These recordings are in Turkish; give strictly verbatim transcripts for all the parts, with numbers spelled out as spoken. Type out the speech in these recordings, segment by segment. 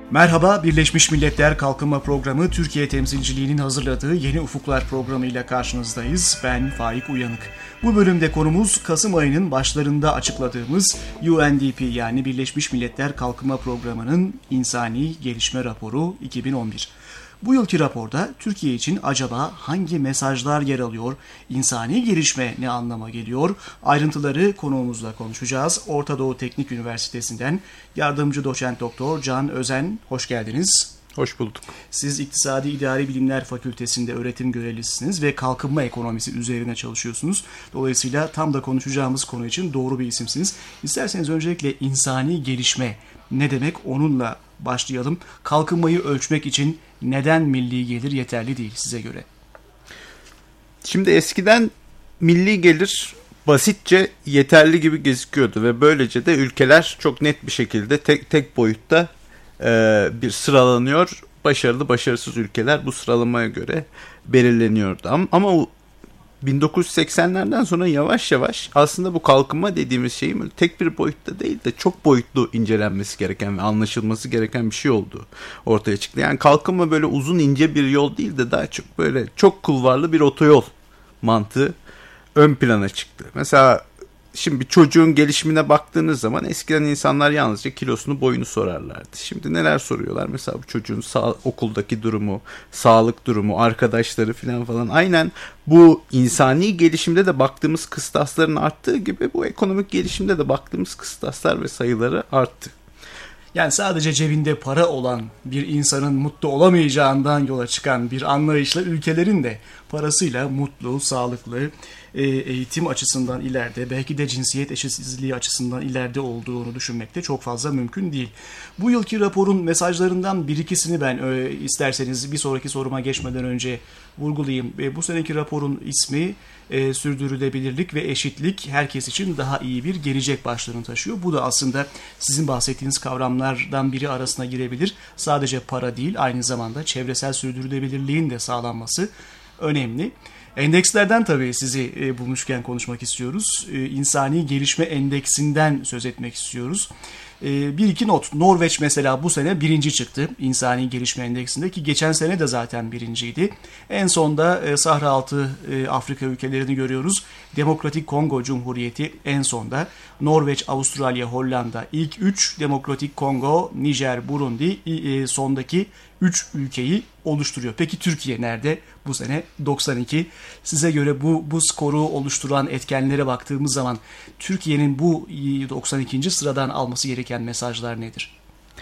Merhaba, Birleşmiş Milletler Kalkınma Programı Türkiye temsilciliğinin hazırladığı Yeni Ufuklar programı ile karşınızdayız. Ben Faik Uyanık. Bu bölümde konumuz Kasım ayının başlarında açıkladığımız U N D P yani Birleşmiş Milletler Kalkınma Programı'nın İnsani Gelişme Raporu iki bin on bir. Bu yılki raporda Türkiye için acaba hangi mesajlar yer alıyor, insani gelişme ne anlama geliyor, ayrıntıları konuğumuzla konuşacağız. Orta Doğu Teknik Üniversitesi'nden yardımcı doçent doktor Can Özen, hoş geldiniz. Hoş bulduk. Siz İktisadi İdari Bilimler Fakültesi'nde öğretim görevlisiniz ve kalkınma ekonomisi üzerine çalışıyorsunuz. Dolayısıyla tam da konuşacağımız konu için doğru bir isimsiniz. İsterseniz öncelikle insani gelişme ne demek, onunla başlayalım. Kalkınmayı ölçmek için neden milli gelir yeterli değil size göre? Şimdi eskiden milli gelir basitçe yeterli gibi gözüküyordu ve böylece de ülkeler çok net bir şekilde tek tek boyutta e, bir sıralanıyor. Başarılı, başarısız ülkeler bu sıralamaya göre belirleniyordu. Ama, ama o bin dokuz yüz seksenlerden sonra yavaş yavaş aslında bu kalkınma dediğimiz şeyin tek bir boyutta değil de çok boyutlu incelenmesi gereken ve anlaşılması gereken bir şey oldu ortaya çıktı. Yani kalkınma böyle uzun ince bir yol değil de daha çok böyle çok kulvarlı bir otoyol mantığı ön plana çıktı. Mesela şimdi bir çocuğun gelişimine baktığınız zaman eskiden insanlar yalnızca kilosunu, boyunu sorarlardı. Şimdi neler soruyorlar? Mesela bu çocuğun sağ, okuldaki durumu, sağlık durumu, arkadaşları falan falan. Aynen bu insani gelişimde de baktığımız kıstasların arttığı gibi bu ekonomik gelişimde de baktığımız kıstaslar ve sayıları arttı. Yani sadece cebinde para olan bir insanın mutlu olamayacağından yola çıkan bir anlayışla ülkelerin de parasıyla mutlu, sağlıklı, eğitim açısından ileride, belki de cinsiyet eşitsizliği açısından ileride olduğunu düşünmek de çok fazla mümkün değil. Bu yılki raporun mesajlarından bir ikisini ben isterseniz bir sonraki soruma geçmeden önce vurgulayayım. Bu seneki raporun ismi e, sürdürülebilirlik ve eşitlik, herkes için daha iyi bir gelecek başlığını taşıyor. Bu da aslında sizin bahsettiğiniz kavramlardan biri arasına girebilir. Sadece para değil, aynı zamanda çevresel sürdürülebilirliğin de sağlanması önemli. Endekslerden tabii sizi e, bulmuşken konuşmak istiyoruz. E, İnsani Gelişme Endeksinden söz etmek istiyoruz. E, bir iki not. Norveç mesela bu sene birinci çıktı İnsani Gelişme Endeksinde ki geçen sene de zaten birinciydi. En sonda e, Sahra Altı e, Afrika ülkelerini görüyoruz. Demokratik Kongo Cumhuriyeti en sonda. Norveç, Avustralya, Hollanda ilk üç, Demokratik Kongo, Nijer, Burundi e, sondaki üç ülkeyi oluşturuyor. Peki Türkiye nerede? Bu sene doksan iki. Size göre bu bu skoru oluşturan etkenlere baktığımız zaman Türkiye'nin bu doksan ikinci sıradan alması gereken mesajlar nedir?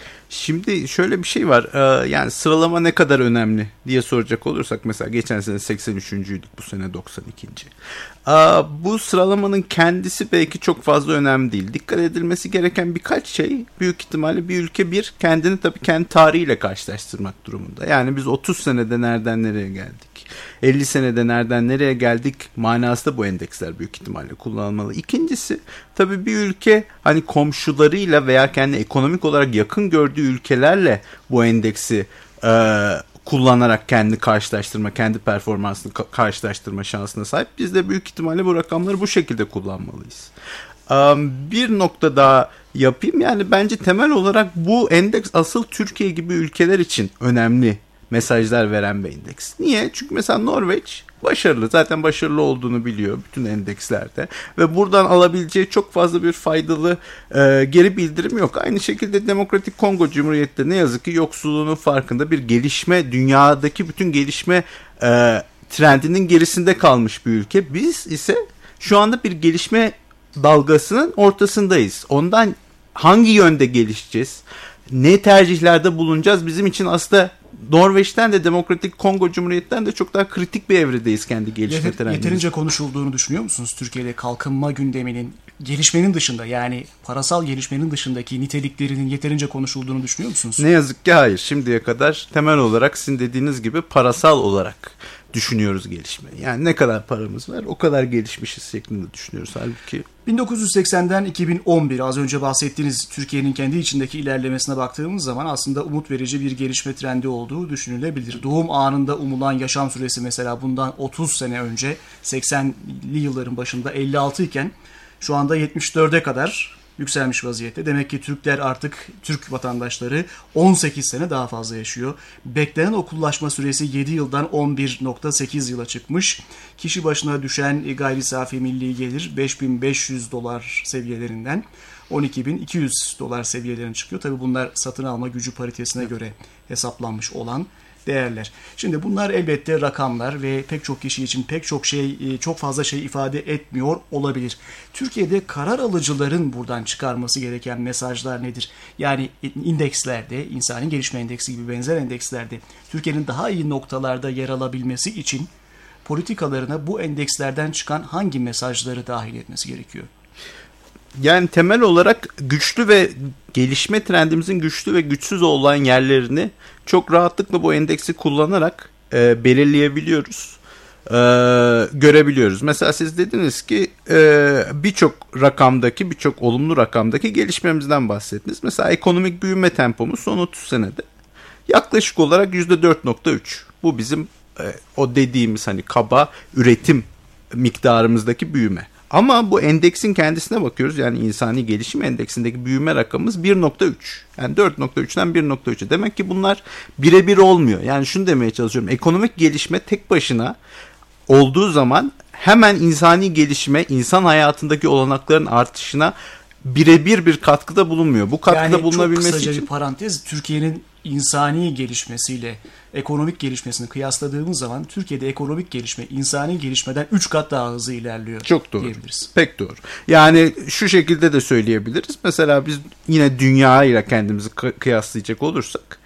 Şimdi şöyle bir şey var. Ee, yani sıralama ne kadar önemli diye soracak olursak mesela geçen sene seksen üçüncüydük, bu sene doksan ikinci. Ee, bu sıralamanın kendisi belki çok fazla önemli değil. Dikkat edilmesi gereken birkaç şey, büyük ihtimalle bir ülke bir kendini tabii kendi tarihiyle karşılaştırmak durumunda. Yani biz otuz senede nereden nereye geldik? elli senede nereden nereye geldik manasında bu endeksler büyük ihtimalle kullanılmalı. İkincisi tabii bir ülke hani komşularıyla veya kendi ekonomik olarak yakın gördüğü ülkelerle bu endeksi e, kullanarak kendi karşılaştırma, kendi performansını ka- karşılaştırma şansına sahip. Biz de büyük ihtimalle bu rakamları bu şekilde kullanmalıyız. Um, bir nokta daha yapayım. Yani bence temel olarak bu endeks asıl Türkiye gibi ülkeler için önemli mesajlar veren bir endeks. Niye? Çünkü mesela Norveç başarılı. Zaten başarılı olduğunu biliyor bütün endekslerde. Ve buradan alabileceği çok fazla bir faydalı e, geri bildirim yok. Aynı şekilde Demokratik Kongo Cumhuriyeti de ne yazık ki yoksulluğunun farkında, bir gelişme, dünyadaki bütün gelişme e, trendinin gerisinde kalmış bir ülke. Biz ise şu anda bir gelişme dalgasının ortasındayız. Ondan hangi yönde gelişeceğiz? Ne tercihlerde bulunacağız? Bizim için aslında Norveç'ten de Demokratik Kongo Cumhuriyeti'nden de çok daha kritik bir evredeyiz kendi gelişme Yeter, trendimiz. Yeterince konuşulduğunu düşünüyor musunuz Türkiye'de kalkınma gündeminin, gelişmenin dışında, yani parasal gelişmenin dışındaki niteliklerinin yeterince konuşulduğunu düşünüyor musunuz? Ne yazık ki hayır. Şimdiye kadar temel olarak sizin dediğiniz gibi parasal olarak düşünüyoruz gelişmeyi. Yani ne kadar paramız var o kadar gelişmişiz şeklinde düşünüyoruz. Halbuki bin dokuz yüz seksenden iki bin on bir, az önce bahsettiğiniz Türkiye'nin kendi içindeki ilerlemesine baktığımız zaman aslında umut verici bir gelişme trendi olduğu düşünülebilir. Doğum anında umulan yaşam süresi mesela bundan otuz sene önce seksenli yılların başında elli altı iken şu anda yetmiş dörde kadar yükselmiş vaziyette. Demek ki Türkler artık, Türk vatandaşları on sekiz sene daha fazla yaşıyor. Beklenen okullaşma süresi yedi yıldan on bir virgül sekiz yıla çıkmış. Kişi başına düşen gayri safi milli gelir beş bin beş yüz dolar seviyelerinden on iki bin iki yüz dolar seviyelerine çıkıyor. Tabii bunlar satın alma gücü paritesine göre hesaplanmış olan değerler. Şimdi bunlar elbette rakamlar ve pek çok kişi için pek çok şey, çok fazla şey ifade etmiyor olabilir. Türkiye'de karar alıcıların buradan çıkarması gereken mesajlar nedir? Yani indekslerde, insani gelişme endeksi gibi benzer endekslerde Türkiye'nin daha iyi noktalarda yer alabilmesi için politikalarına bu endekslerden çıkan hangi mesajları dahil etmesi gerekiyor? Yani temel olarak güçlü ve gelişme trendimizin güçlü ve güçsüz olan yerlerini çok rahatlıkla bu endeksi kullanarak e, belirleyebiliyoruz, e, görebiliyoruz. Mesela siz dediniz ki e, birçok rakamdaki, birçok olumlu rakamdaki gelişmemizden bahsettiniz. Mesela ekonomik büyüme tempomuz son otuz senede yaklaşık olarak yüzde dört virgül üç. Bu bizim e, o dediğimiz hani kaba üretim miktarımızdaki büyüme. Ama bu endeksin kendisine bakıyoruz. Yani insani gelişim endeksindeki büyüme rakamımız bir virgül üç. Yani dört virgül üçten bir virgül üçe. Demek ki bunlar birebir olmuyor. Yani şunu demeye çalışıyorum. Ekonomik gelişme tek başına olduğu zaman hemen insani gelişime, insan hayatındaki olanakların artışına birebir bir katkıda bulunmuyor. Bu katkıda yani bulunabilmesi için... Yani çok kısaca bir parantez. Türkiye'nin insani gelişmesiyle ekonomik gelişmesini kıyasladığımız zaman Türkiye'de ekonomik gelişme insani gelişmeden üç kat daha hızlı ilerliyor. Çok doğru. Diyebiliriz. Pek doğru. Yani şu şekilde de söyleyebiliriz. Mesela biz yine dünya ile kendimizi kıyaslayacak olursak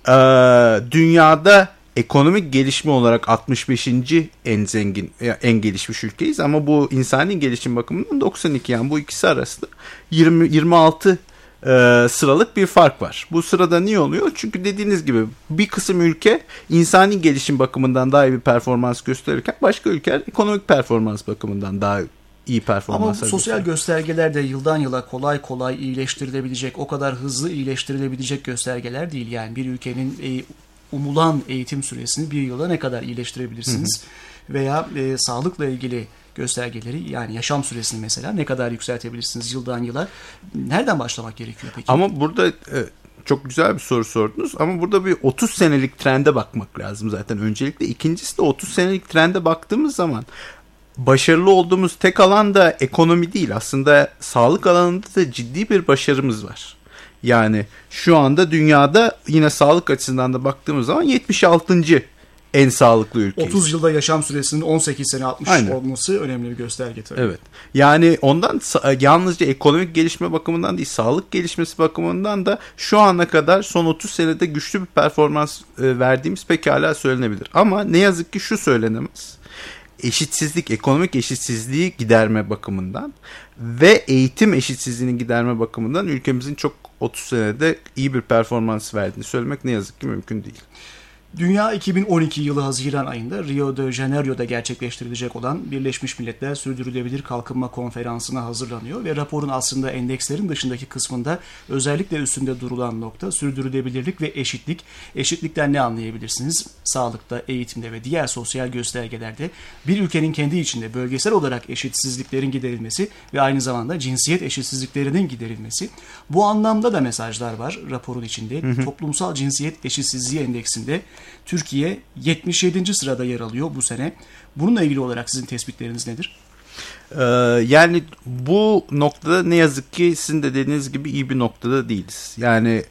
dünyada ekonomik gelişme olarak altmış beşinci en zengin, en gelişmiş ülkeyiz ama bu insani gelişim bakımından doksan iki, yani bu ikisi arasında yirmi yirmi altı e, sıralık bir fark var. Bu sırada niye oluyor? Çünkü dediğiniz gibi bir kısım ülke insani gelişim bakımından daha iyi bir performans gösterirken başka ülkeler ekonomik performans bakımından daha iyi performans. Ama bu sosyal göstergeler de yıldan yıla kolay kolay iyileştirilebilecek, o kadar hızlı iyileştirilebilecek göstergeler değil. Yani bir ülkenin e, umulan eğitim süresini bir yılda ne kadar iyileştirebilirsiniz? Hı hı. Veya e, sağlıkla ilgili göstergeleri, yani yaşam süresini mesela ne kadar yükseltebilirsiniz yıldan yıla? Nereden başlamak gerekiyor peki? Ama burada e, çok güzel bir soru sordunuz ama burada bir otuz senelik trende bakmak lazım zaten öncelikle. İkincisi de otuz senelik trende baktığımız zaman başarılı olduğumuz tek alan da ekonomi değil. Aslında sağlık alanında da ciddi bir başarımız var. Yani şu anda dünyada yine sağlık açısından da baktığımız zaman yetmiş altıncı en sağlıklı ülkeyiz. otuz yılda yaşam süresinin on sekiz sene altmış Aynen. olması önemli bir gösterge tabii. Evet. Yani ondan yalnızca ekonomik gelişme bakımından değil, sağlık gelişmesi bakımından da şu ana kadar son otuz senede güçlü bir performans verdiğimiz pekala söylenebilir. Ama ne yazık ki şu söylenemez. Eşitsizlik, ekonomik eşitsizliği giderme bakımından ve eğitim eşitsizliğini giderme bakımından ülkemizin çok otuz senede iyi bir performans verdiğini söylemek ne yazık ki mümkün değil. Dünya iki bin on iki yılı Haziran ayında Rio de Janeiro'da gerçekleştirilecek olan Birleşmiş Milletler Sürdürülebilir Kalkınma Konferansı'na hazırlanıyor ve raporun aslında endekslerin dışındaki kısmında özellikle üstünde durulan nokta sürdürülebilirlik ve eşitlik. Eşitlikten ne anlayabilirsiniz? Sağlıkta, eğitimde ve diğer sosyal göstergelerde bir ülkenin kendi içinde bölgesel olarak eşitsizliklerin giderilmesi ve aynı zamanda cinsiyet eşitsizliklerinin giderilmesi. Bu anlamda da mesajlar var raporun içinde. Hı hı. Toplumsal cinsiyet eşitsizliği endeksinde Türkiye yetmiş yedinci sırada yer alıyor bu sene. Bununla ilgili olarak sizin tespitleriniz nedir? Ee, yani bu noktada ne yazık ki sizin de dediğiniz gibi iyi bir noktada değiliz. Yani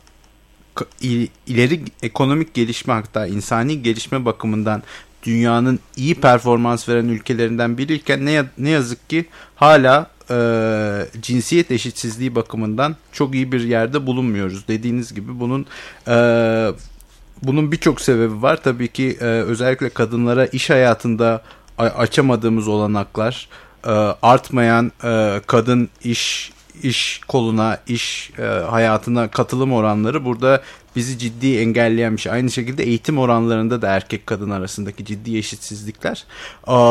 ileri ekonomik gelişme, hatta insani gelişme bakımından dünyanın iyi performans veren ülkelerinden biriyken ne, ne yazık ki hala e, cinsiyet eşitsizliği bakımından çok iyi bir yerde bulunmuyoruz. Dediğiniz gibi bunun e, bunun birçok sebebi var. Tabii ki e, özellikle kadınlara iş hayatında açamadığımız olanaklar, e, artmayan e, kadın iş iş koluna, iş e, hayatına katılım oranları burada bizi ciddi engelleyen bir şey. Aynı şekilde eğitim oranlarında da erkek kadın arasındaki ciddi eşitsizlikler. E,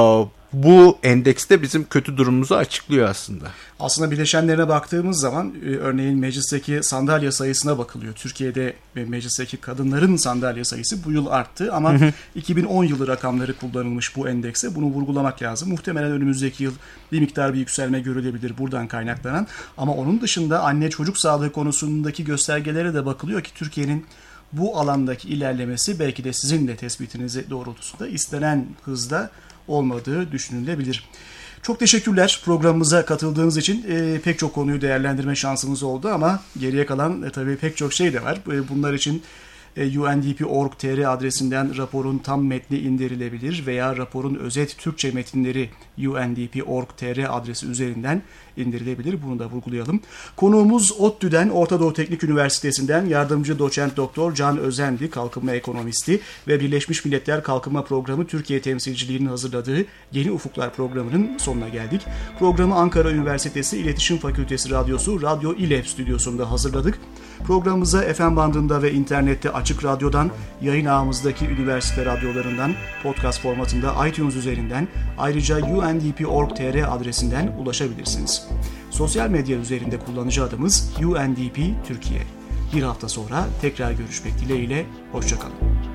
bu endekste bizim kötü durumumuzu açıklıyor aslında. Aslında bileşenlerine baktığımız zaman örneğin meclisteki sandalye sayısına bakılıyor. Türkiye'de meclisteki kadınların sandalye sayısı bu yıl arttı ama hı hı. iki bin on yılı rakamları kullanılmış bu endekse. Bunu vurgulamak lazım. Muhtemelen önümüzdeki yıl bir miktar bir yükselme görülebilir buradan kaynaklanan. Ama onun dışında anne çocuk sağlığı konusundaki göstergelere de bakılıyor ki Türkiye'nin bu alandaki ilerlemesi belki de sizin de tespitiniz doğrultusunda istenen hızda olmadığı düşünülebilir. Çok teşekkürler programımıza katıldığınız için. E, pek çok konuyu değerlendirme şansımız oldu ama geriye kalan e, tabii pek çok şey de var. E, bunlar için e, u n d p nokta org nokta t r adresinden raporun tam metni indirilebilir veya raporun özet Türkçe metinleri u n d p nokta org nokta t r adresi üzerinden indirilebilir. Bunu da vurgulayalım. Konuğumuz ODTÜ'den, Orta Doğu Teknik Üniversitesi'nden yardımcı doçent doktor Can Özendi, kalkınma ekonomisti ve Birleşmiş Milletler Kalkınma Programı Türkiye temsilciliğinin hazırladığı Yeni Ufuklar programının sonuna geldik. Programı Ankara Üniversitesi İletişim Fakültesi Radyosu Radyo İLEP stüdyosunda hazırladık. Programımıza F M bandında ve internette Açık Radyo'dan, yayın ağımızdaki üniversite radyolarından, podcast formatında iTunes üzerinden, ayrıca u n d p nokta org nokta t r adresinden ulaşabilirsiniz. Sosyal medya üzerinde kullanıcı adımız U N D P Türkiye. Bir hafta sonra tekrar görüşmek dileğiyle, hoşça kalın.